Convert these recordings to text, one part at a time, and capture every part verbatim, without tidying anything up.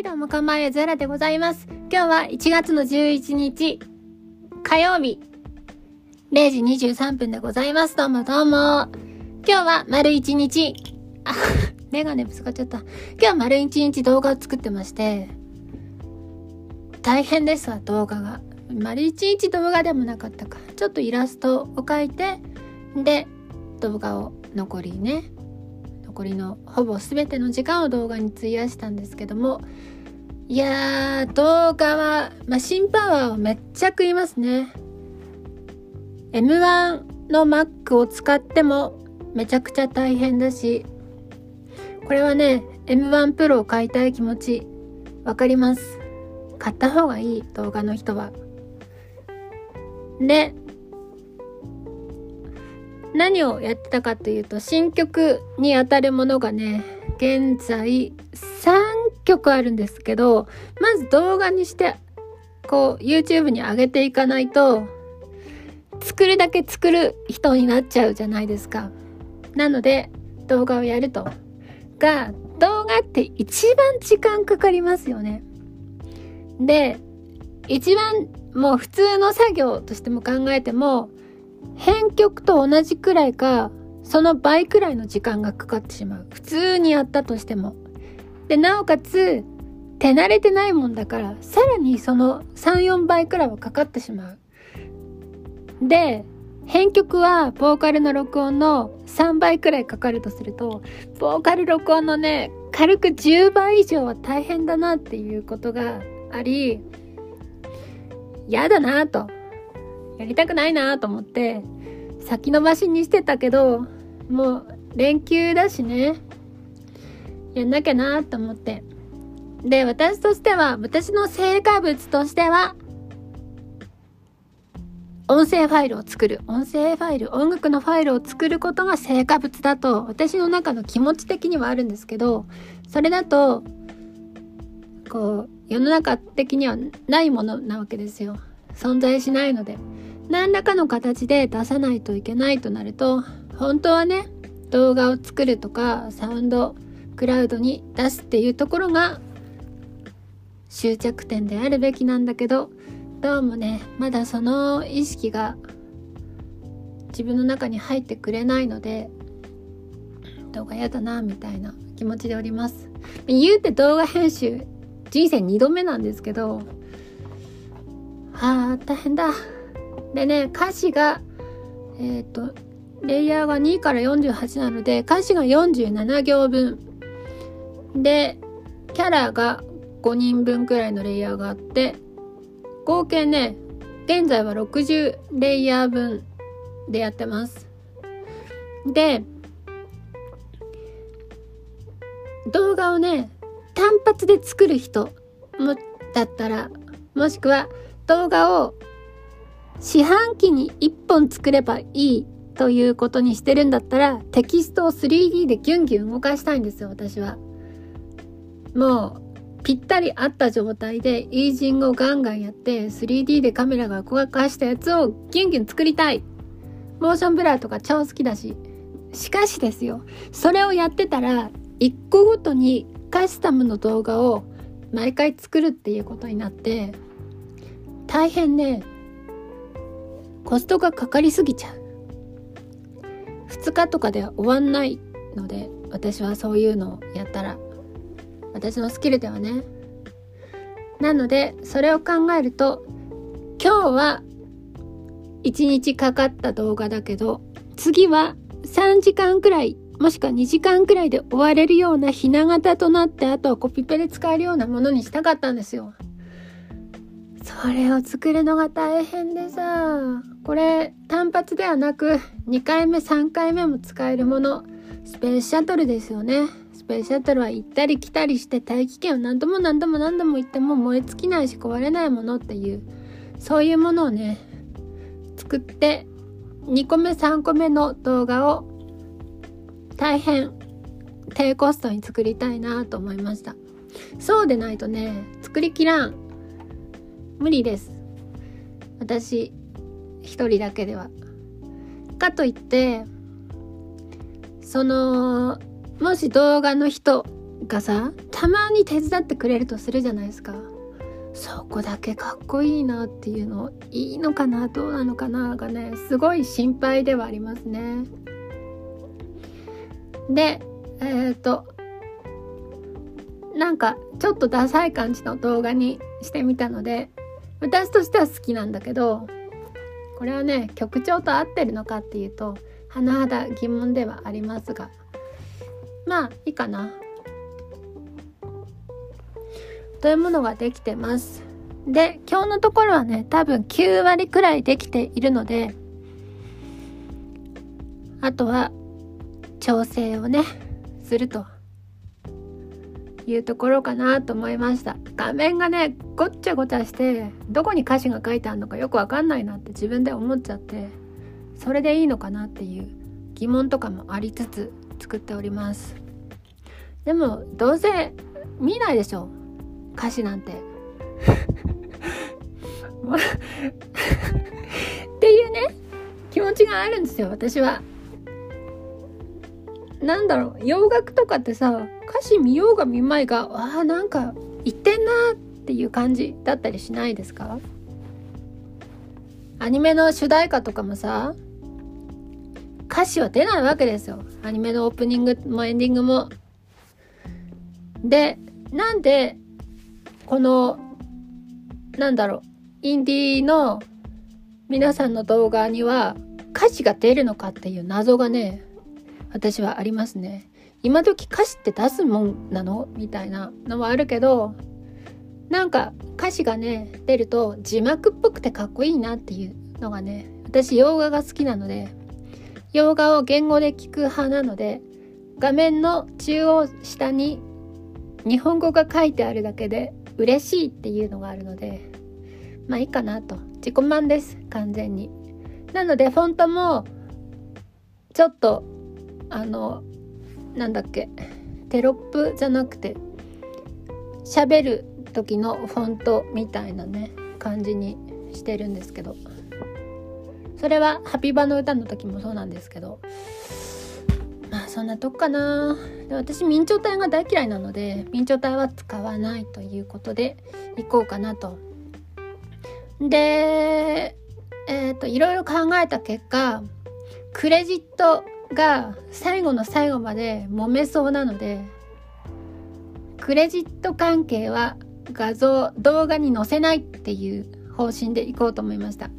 はいどうもこんばんは、ゼラでございます。今日はいちがつのじゅういちにち火曜日れいじにじゅうさんぷんでございます。どうもどうも。今日は丸一日あメガネぶつかっちゃった。今日は丸一日動画を作ってまして、大変ですわ。動画が丸一日動画でもなかったか、ちょっとイラストを描いて、で動画を残りね残りのほぼ全ての時間を動画に費やしたんですけども、いやー動画はマシンパワーをめっちゃ食いますね。 エムワン の Mac を使ってもめちゃくちゃ大変だし、これはね エムワン Pro を買いたい気持ちわかります。買った方がいい、動画の人は。で何をやってたかというと、新曲にあたるものがね現在さんきょくあるんですけど、まず動画にしてこう YouTube に上げていかないと、作るだけ作る人になっちゃうじゃないですか。なので動画をやると。が動画って一番時間かかりますよね。で一番もう普通の作業としても考えても、編曲と同じくらいかその倍くらいの時間がかかってしまう、普通にやったとしても。でなおかつ手慣れてないもんだから、さらにその さん,よん 倍くらいはかかってしまう。で編曲はボーカルの録音のさんばいくらいかかるとすると、ボーカル録音のね軽くじゅうばい以上は大変だなっていうことがあり、やだなと、やりたくないなと思って先延ばしにしてたけど、もう連休だしね、やんなきゃなと思って。で私としては、私の成果物としては音声ファイルを作る音声ファイル音楽のファイルを作ることが成果物だと私の中の気持ち的にはあるんですけど、それだとこう世の中的にはないものなわけですよ。存在しないので、何らかの形で出さないといけないとなると、本当はね動画を作るとかサウンドクラウドに出すっていうところが終着点であるべきなんだけど、どうもねまだその意識が自分の中に入ってくれないので、動画やだなみたいな気持ちでおります。言うて動画編集人生にどめなんですけど、はあ大変だ。でね歌詞がえっとレイヤーがにからよんじゅうはちなので、歌詞がよんじゅうななぎょうぶんでキャラがごにんぶんくらいのレイヤーがあって、合計ね現在はろくじゅうレイヤーぶんでやってます。で動画をね単発で作る人もだったら、もしくは動画を四半期にいっぽん作ればいいということにしてるんだったら、テキストを スリーディー でギュンギュン動かしたいんですよ。私はもうぴったり合った状態でイージングをガンガンやって スリーディー でカメラが動かしたやつをギュンギュン作りたい。モーションブラーとか超好きだし。しかしですよ、それをやってたらいっこごとにカスタムの動画を毎回作るっていうことになって、大変ねコストがかかりすぎちゃう。ふつかとかでは終わんないので、私はそういうのをやったら、私のスキルではね。なのでそれを考えると、今日はいちにちかかった動画だけど、次はさんじかんくらいもしくはにじかんくらいで終われるようなひな形となって、あとはコピペで使えるようなものにしたかったんですよ。それを作るのが大変でさ、これ単発ではなくにかいめさんかいめも使えるもの、スペースシャトルですよね。スペースシャトルは行ったり来たりして大気圏を何度も何度も何度も行っても燃え尽きないし壊れないものっていう、そういうものをね作って、にこめさんこめの動画を大変低コストに作りたいなと思いました。そうでないとね作りきらん、無理です。私一人だけでは。かといってそのもし動画の人がさ、たまに手伝ってくれるとするじゃないですか。そこだけかっこいいなっていうの、いいのかなどうなのかながね、すごい心配ではありますね。で、えっとなんかちょっとダサい感じの動画にしてみたので、私としては好きなんだけど、これはね曲調と合ってるのかっていうと甚だ疑問ではありますが、まあいいかなというものができてます。で、今日のところはね多分きゅうわりくらいできているので、あとは調整をねするというところかなと思いました。画面がねごっちゃごちゃしてどこに歌詞が書いてあるのかよくわかんないなって自分で思っちゃって、それでいいのかなっていう疑問とかもありつつ作っております。でもどうせ見ないでしょ歌詞なんてっていうね気持ちがあるんですよ。私はなんだろう、洋楽とかってさ、歌詞見ようが見まいが、あーなんか言ってんなっていう感じだったりしないですか？アニメの主題歌とかもさ、歌詞は出ないわけですよ。アニメのオープニングもエンディングも。で、なんでこのなんだろう、インディーの皆さんの動画には歌詞が出るのかっていう謎がね、私はありますね。今時歌詞って出すもんなのみたいなのはあるけど、なんか歌詞がね出ると字幕っぽくてかっこいいなっていうのがね、私洋画が好きなので、洋画を言語で聞く派なので、画面の中央下に日本語が書いてあるだけで嬉しいっていうのがあるので、まあいいかなと。自己満です完全に。なのでフォントもちょっとあのなんだっけ、テロップじゃなくて喋る時のフォントみたいなね感じにしてるんですけど、それはハピバの歌の時もそうなんですけど、まあそんなとこかな。で、私明朝体が大嫌いなので明朝体は使わないということでいこうかなと。で、えっといろいろ考えた結果、クレジットが最後の最後まで揉めそうなので、クレジット関係は画像動画に載せないっていう方針でいこうと思いました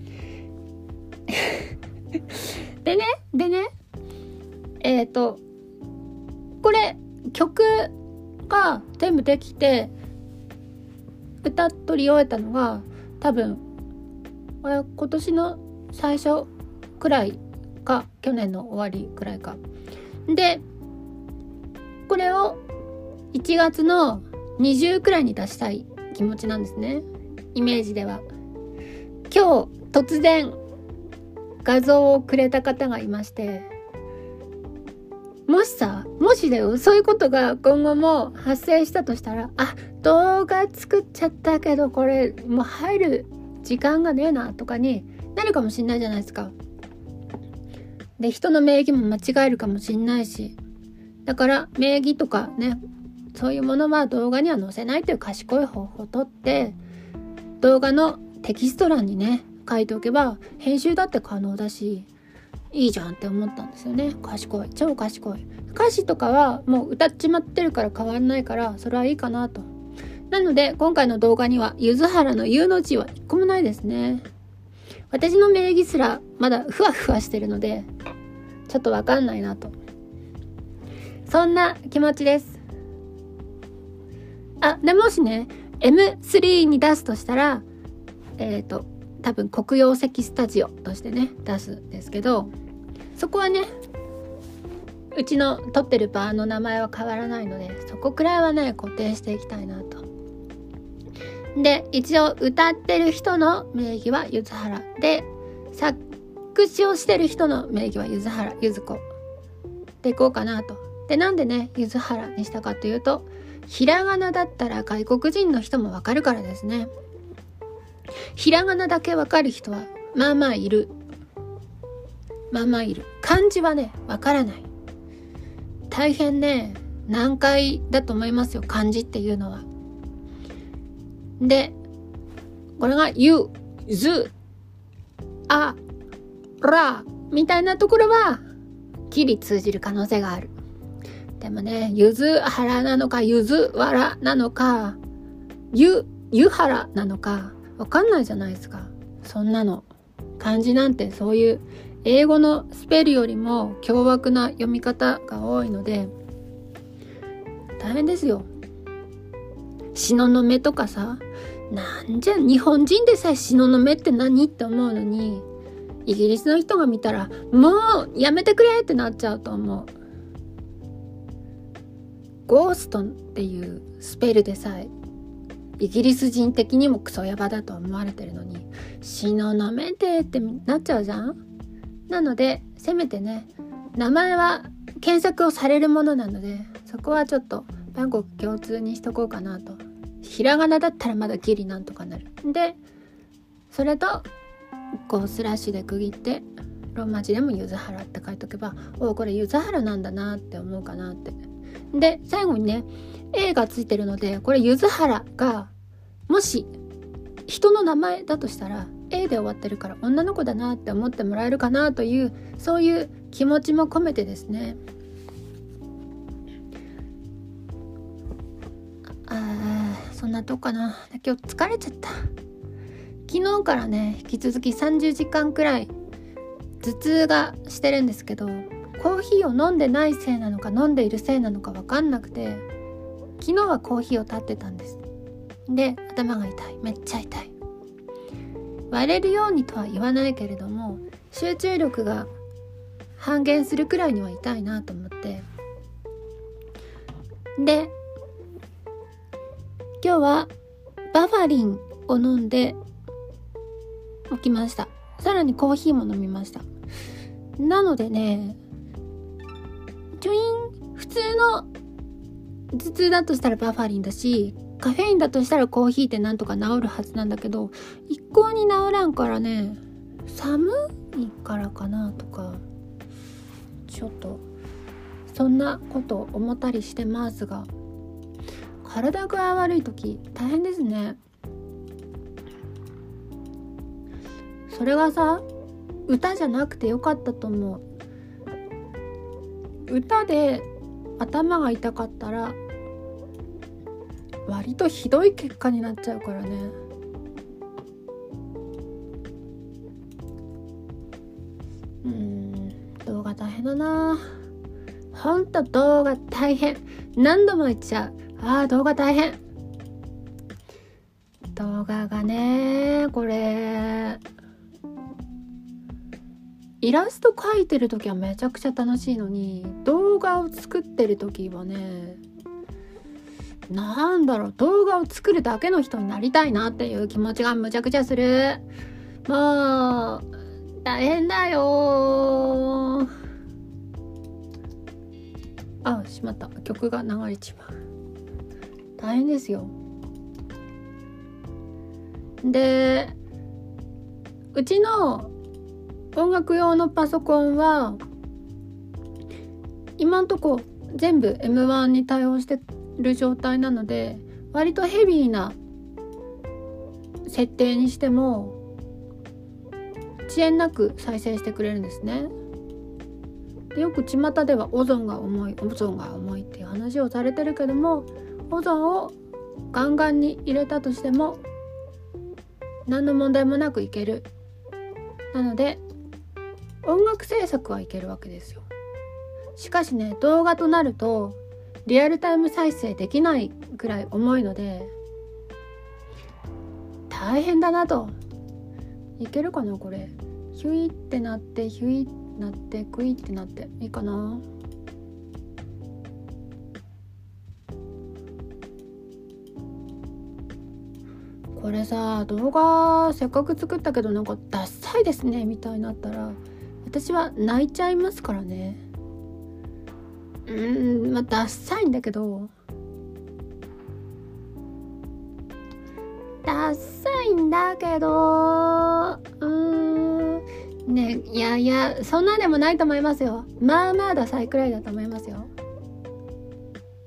でねでねえっとこれ曲が全部できて歌っ取り終えたのが多分あれ今年の最初くらいか去年の終わりくらいかで、これをいちがつのにじゅうくらいに出したい気持ちなんですね、イメージでは。今日突然画像をくれた方がいまして、もしさもしだよ、そういうことが今後も発生したとしたら、あ、動画作っちゃったけどこれもう入る時間がねえなとかになるかもしれないじゃないですか。で、人の名義も間違えるかもしれないし、だから名義とかね、そういうものは動画には載せないという賢い方法をとって、動画のテキスト欄にね書いておけば編集だって可能だしいいじゃんって思ったんですよね。賢い、超賢い。歌詞とかはもう歌っちまってるから変わんないから、それはいいかなと。なので今回の動画には柚原の柚の字は一個もないですね。私の名義すらまだふわふわしてるのでちょっとわかんないなと、そんな気持ちです。あ、でもしね エムスリー に出すとしたら、えっと多分黒曜石スタジオとしてね出すんですけど、そこはねうちの撮ってるバーの名前は変わらないので、そこくらいはね固定していきたいなと。で、一応歌ってる人の名義は柚原で、作詞をしてる人の名義は柚原柚子でいこうかなと。で、なんでね柚原にしたかというと、ひらがなだったら外国人の人もわかるからですね。ひらがなだけわかる人はまあまあいるまあまあいる。漢字はねわからない、大変ね難解だと思いますよ、漢字っていうのは。で、これがゆ、ず、あ、らみたいなところはギリ通じる可能性がある。でもね、ゆずはらなのかゆずわらなのかゆ、ゆはらなのかわかんないじゃないですか。そんなの漢字なんてそういう英語のスペルよりも凶悪な読み方が多いので大変ですよ。しののめとかさ、なんじゃ日本人でさえしののめって何って思うのに、イギリスの人が見たらもうやめてくれってなっちゃうと思う。ゴーストンっていうスペルでさえイギリス人的にもクソヤバだと思われてるのに、しののめてってなっちゃうじゃん。なのでせめてね、名前は検索をされるものなので、そこはちょっと万国共通にしとこうかなと。ひらがなだったらまだギリなんとかなる。でそれとこうスラッシュで区切ってローマ字でもゆずはらって書いとけば、おこれゆずはらなんだなって思うかなって。で最後にね A がついてるので、これゆずはらがもし人の名前だとしたら A で終わってるから女の子だなって思ってもらえるかなという、そういう気持ちも込めてですね。あーそんなとこかな。今日疲れちゃった。昨日からね引き続きさんじゅうじかんくらい頭痛がしてるんですけど、コーヒーを飲んでないせいなのか飲んでいるせいなのか分かんなくて、昨日はコーヒーを断ってたんです。で頭が痛い、めっちゃ痛い。割れるようにとは言わないけれども集中力が半減するくらいには痛いなと思って、で今日はバファリンを飲んで起きました。さらにコーヒーも飲みました。なのでね、ちょいん普通の頭痛だとしたらバファリンだし、カフェインだとしたらコーヒーってなんとか治るはずなんだけど、一向に治らんからね、寒いからかなとかちょっとそんなこと思ったりしてますが、体が悪い時大変ですね。それがさ、歌じゃなくてよかったと思う。歌で頭が痛かったら割とひどい結果になっちゃうからね。うーん動画大変だな。ほんと動画大変。何度も言っちゃう。あー動画大変。動画がね、これイラスト描いてる時はめちゃくちゃ楽しいのに、動画を作ってる時はね、なんだろう、動画を作るだけの人になりたいなっていう気持ちがむちゃくちゃする。もう大変だよ。あ、しまった、曲が流れちまう。大変ですよ。でうちの音楽用のパソコンは今んとこ全部 エムワン に対応してる状態なので、割とヘビーな設定にしても遅延なく再生してくれるんですね。でよく巷ではオゾンが重いオゾンが重いっていう話をされてるけども、オゾンをガンガンに入れたとしても何の問題もなくいける。なので音楽制作はいけるわけですよ。しかしね、動画となるとリアルタイム再生できないくらい重いので大変だなと。いけるかなこれ。ヒュイってなってヒュイってなってクイってなっていいかな。これさ、動画せっかく作ったけどなんかダッサいですねみたいになったら私は泣いちゃいますからね。うーんまあダッサいんだけどダッサいんだけどうーんね、いやいやそんなでもないと思いますよ。まあまあダサいくらいだと思いますよ。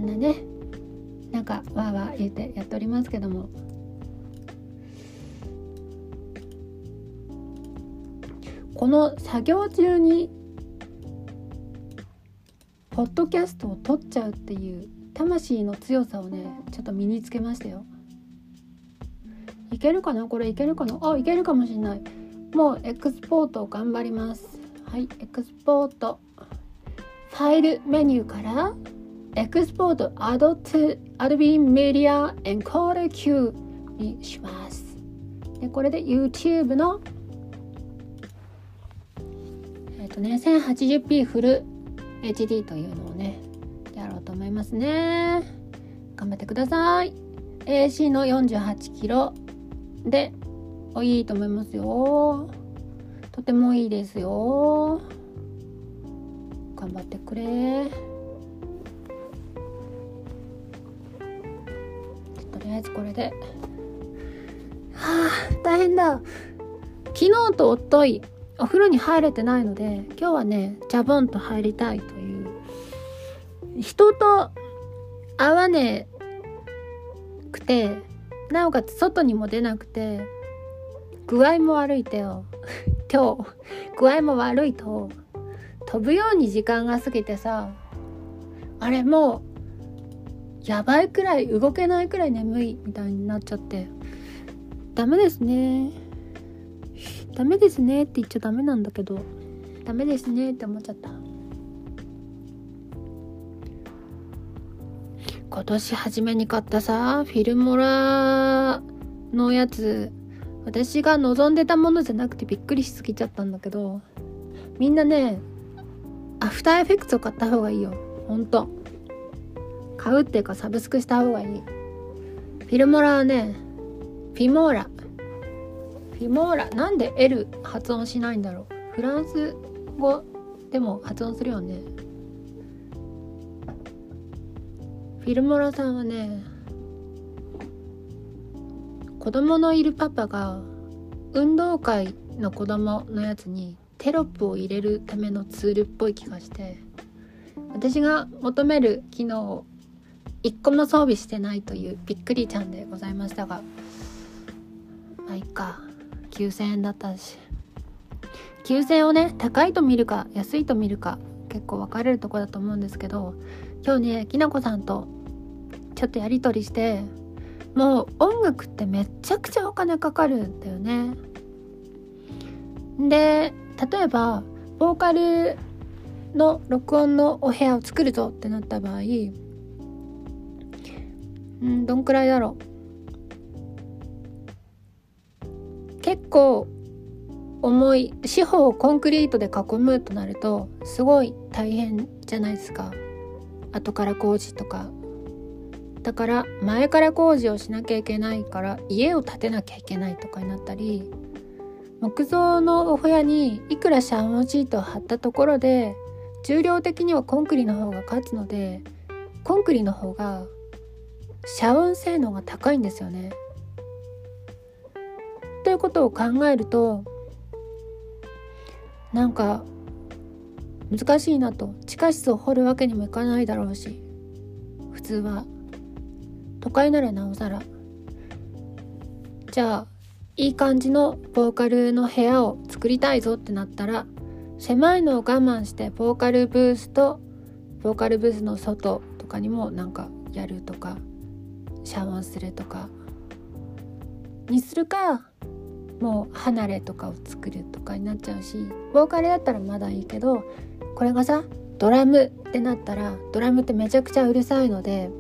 なね、なんかわーわー言ってやっておりますけども、この作業中にポッドキャストを撮っちゃうっていう魂の強さをね、ちょっと身につけましたよ。いけるかな、これいけるかな、あ、いけるかもしれない。もうエクスポートを頑張ります。はい、エクスポート、ファイルメニューからエクスポート Add to Adobe Media Encoder Q にします。でこれで YouTube のえっとね せんはちじゅうピー フル エイチディー というのをねやろうと思いますね。頑張ってください。 エーシー の よんじゅうはちキロでおいいと思いますよ。とてもいいですよ。頑張ってくれ。とりあえずこれで、はあ、大変だ。昨日とおっといお風呂に入れてないので、今日はねジャボンと入りたいという、人と会わねくて、なおかつ外にも出なくて、具合も悪いとよ今日具合も悪いと飛ぶように時間が過ぎてさ、あれもうやばいくらい動けないくらい眠いみたいになっちゃって、ダメですねダメですねって言っちゃダメなんだけど、ダメですねって思っちゃった。今年初めに買ったさ、フィルモラのやつ、私が望んでたものじゃなくてびっくりしすぎちゃったんだけど、みんなねアフターエフェクツを買った方がいいよ。ほんと買うっていうかサブスクした方がいい。フィルモラはね、フィモーラフィモーラなんで L 発音しないんだろう。フランス語でも発音するよね。フィルモラさんはね、子供のいるパパが運動会の子供のやつにテロップを入れるためのツールっぽい気がして、私が求める機能を一個も装備してないというびっくりちゃんでございましたが、まあいっか、きゅうせんえんだったし、きゅうせんえんをね高いと見るか安いと見るか結構分かれるところだと思うんですけど、今日ねきなこさんとちょっとやり取りして、もう音楽ってめちゃくちゃお金かかるんだよね。で例えばボーカルの録音のお部屋を作るぞってなった場合、うんどんくらいだろう。結構重い四方をコンクリートで囲むとなるとすごい大変じゃないですか。後から工事とか。だから前から工事をしなきゃいけないから家を建てなきゃいけないとかになったり、木造のお部屋にいくら遮音シートを貼ったところで重量的にはコンクリの方が勝つので、コンクリの方が遮音性能が高いんですよね。ということを考えるとなんか難しいなと。地下室を掘るわけにもいかないだろうし、普通は都会ならなおさら。じゃあいい感じのボーカルの部屋を作りたいぞってなったら、狭いのを我慢してボーカルブースとボーカルブースの外とかにもなんかやるとか、遮音するとかにするか、もう離れとかを作るとかになっちゃうし、ボーカルだったらまだいいけど、これがさドラムってなったら、ドラムってめちゃくちゃうるさいので、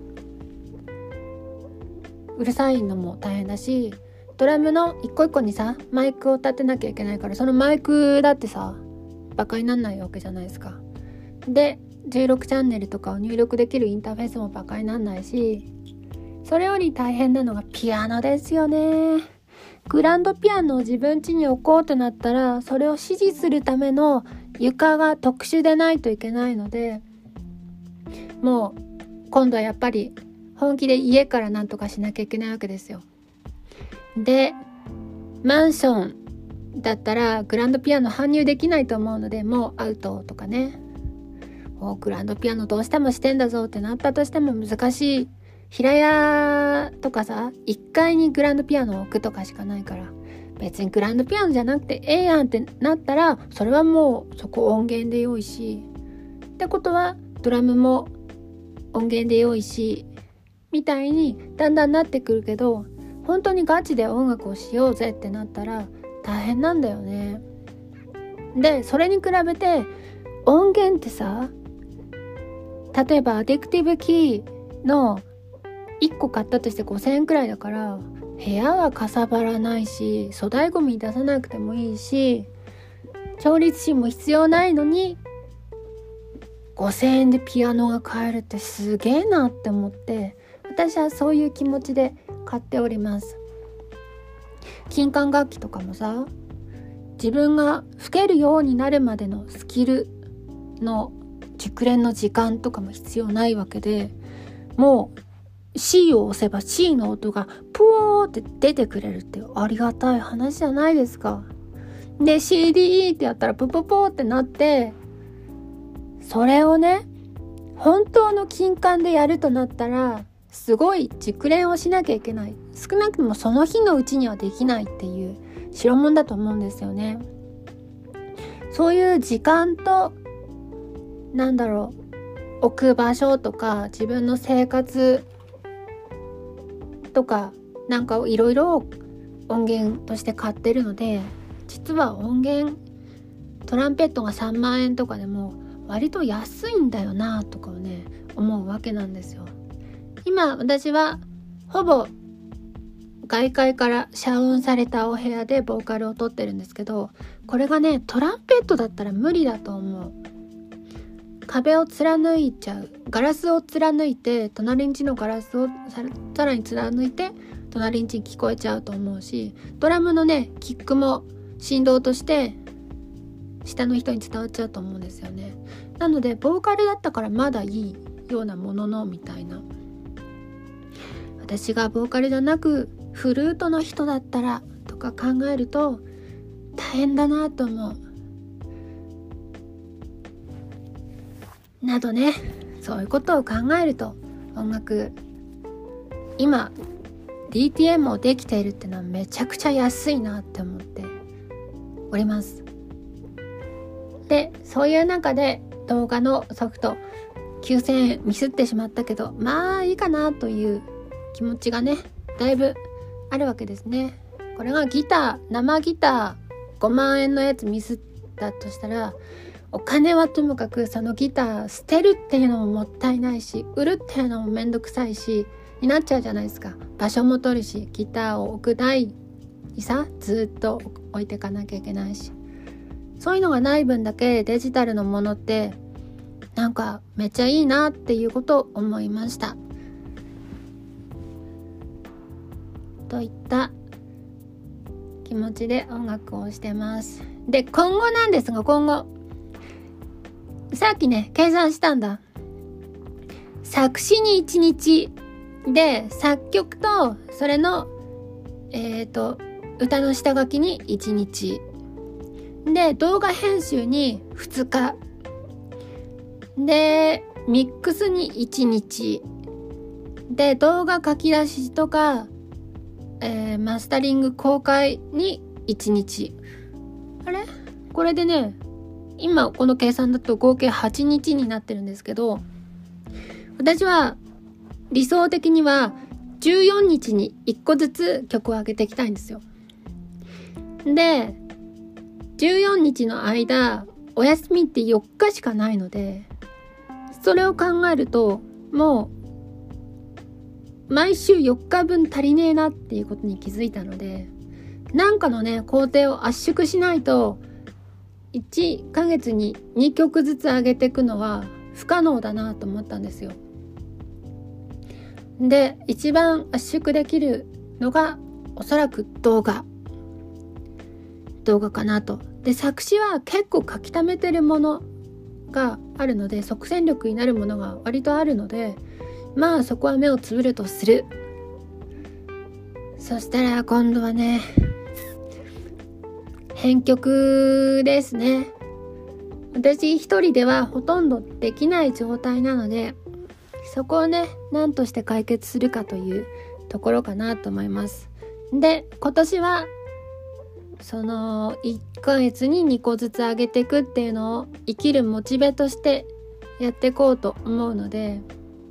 うるさいのも大変だし、ドラムの一個一個にさマイクを立てなきゃいけないから、そのマイクだってさバカになんないわけじゃないですか。でじゅうろくチャンネルとかを入力できるインターフェースもバカになんないし、それより大変なのがピアノですよね。グランドピアノを自分家に置こうとなったら、それを指示するための床が特殊でないといけないので、もう今度はやっぱり本気で家からなんとかしなきゃいけないわけですよ。でマンションだったらグランドピアノ搬入できないと思うので、もうアウトとかね。 こうグランドピアノどうしてもしてんだぞってなったとしても難しい。平屋とかさ、いっかいにグランドピアノを置くとかしかないから、別にグランドピアノじゃなくてええやんってなったら、それはもうそこ音源で良いし、ってことはドラムも音源で良いしみたいにだんだんなってくるけど、本当にガチで音楽をしようぜってなったら大変なんだよね。でそれに比べて音源ってさ、例えばアディクティブキーのいっこ買ったとしてごせんえんくらいだから、部屋はかさばらないし、粗大ゴミ出さなくてもいいし、調律師も必要ないのにごせんえんでピアノが買えるってすげえなって思って、私はそういう気持ちで買っております。金管楽器とかもさ、自分が吹けるようになるまでのスキルの熟練の時間とかも必要ないわけで、もう C を押せば C の音がプオーって出てくれるってありがたい話じゃないですか。で シーディーイー ってやったらプポポーってなって、それをね本当の金管でやるとなったらすごい熟練をしなきゃいけない。少なくともその日のうちにはできないっていう代物だと思うんですよね。そういう時間となんだろう、置く場所とか自分の生活とかなんかをいろいろ音源として買ってるので、実は音源トランペットがさんまんえんとかでも割と安いんだよなとかをね思うわけなんですよ。今私はほぼ外界から遮音されたお部屋でボーカルを撮ってるんですけど、これがねトランペットだったら無理だと思う。壁を貫いちゃう、ガラスを貫いて隣んちのガラスをささらに貫いて隣んちに聞こえちゃうと思うし、ドラムのねキックも振動として下の人に伝わっちゃうと思うんですよね。なのでボーカルだったからまだいいようなもののみたいな、私がボーカルじゃなくフルートの人だったらとか考えると大変だなと思う。などね、そういうことを考えると音楽今 ディーティーエム もできているってのはめちゃくちゃ安いなって思っております。でそういう中で動画のソフトきゅうせんえんミスってしまったけど、まあいいかなという気持ちがねだいぶあるわけですね。これがギター生ギターごまんえんのやつミスったとしたら、お金はともかくそのギター捨てるっていうのももったいないし、売るっていうのもめんどくさいしになっちゃうじゃないですか。場所も取るし、ギターを置く台にさずっと置いていかなきゃいけないし、そういうのがない分だけデジタルのものってなんかめっちゃいいなっていうことを思いました。といった気持ちで音楽をしてます。で今後なんですが、今後さっきね計算したんだ。作詞にいちにちで、作曲とそれのえっと歌の下書きにいちにちで、動画編集にふつかで、ミックスにいちにちで、動画書き出しとか、えー、マスタリング公開にいちにち。あれこれでね今この計算だと合計はちにちになってるんですけど、私は理想的にはじゅうよっかにいっこずつ曲を上げていきたいんですよ。でじゅうよっかの間お休みってよっかしかないので、それを考えるともう毎週よっかぶん足りねえなっていうことに気づいたので、なんかのね工程を圧縮しないといっかげつににきょくずつ上げていくのは不可能だなと思ったんですよ。で一番圧縮できるのがおそらく動画動画かなと。で作詞は結構書き溜めてるものがあるので、即戦力になるものが割とあるので、まあそこは目をつぶるとする。そしたら今度はね編曲ですね。 私一人ではほとんどできない状態なので、そこをね何として解決するかというところかなと思います。で、今年はそのいっかげつににこずつあげていくっていうのを生きるモチベとしてやっていこうと思うので、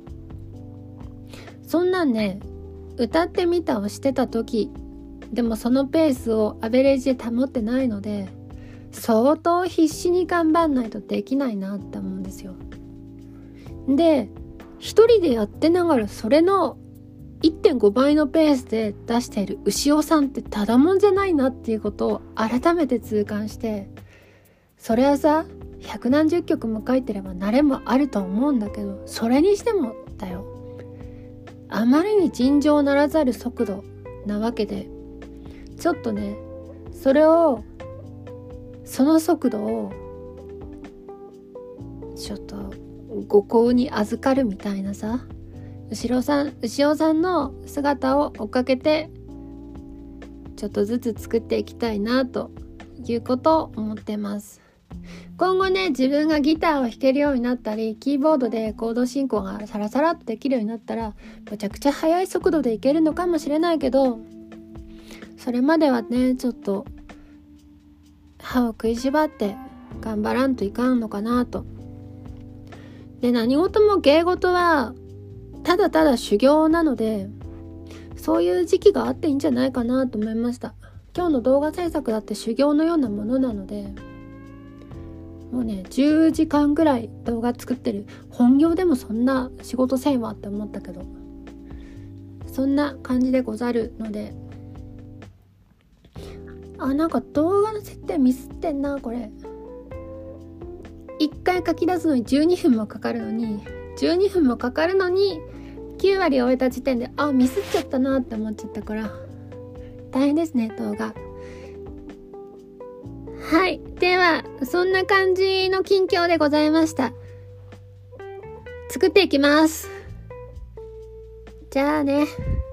そんなんね歌ってみたをしてた時でもそのペースをアベレージで保ってないので、相当必死に頑張んないとできないなって思うんですよ。で、一人でやってながらそれの いってんご 倍のペースで出している牛尾さんってただもんじゃないなっていうことを改めて痛感して、それはさ百何十曲も書いてれば慣れもあると思うんだけど、それにしてもだよ、あまりに尋常ならざる速度なわけで、ちょっとねそれをその速度をちょっと五行に預かるみたいなさ、後ろさん牛尾さんの姿を追っかけてちょっとずつ作っていきたいなということを思ってます。今後ね自分がギターを弾けるようになったり、キーボードでコード進行がサラサラっとできるようになったら、めちゃくちゃ速い速度でいけるのかもしれないけど、それまではねちょっと歯を食いしばって頑張らんといかんのかなと。で、何事も芸事はただただ修行なので、そういう時期があっていいんじゃないかなと思いました。今日の動画制作だって修行のようなものなので、もうねじゅうじかんぐらい動画作ってる。本業でもそんな仕事せんわって思ったけど、そんな感じでござるので、あ、なんか動画の設定ミスってんなこれ。いっかい書き出すのにじゅうにふんもかかるのにじゅうにふんもかかるのにきゅうわり終えた時点であミスっちゃったなって思っちゃったから大変ですね動画。はい、ではそんな感じの近況でございました。作っていきます。じゃあね。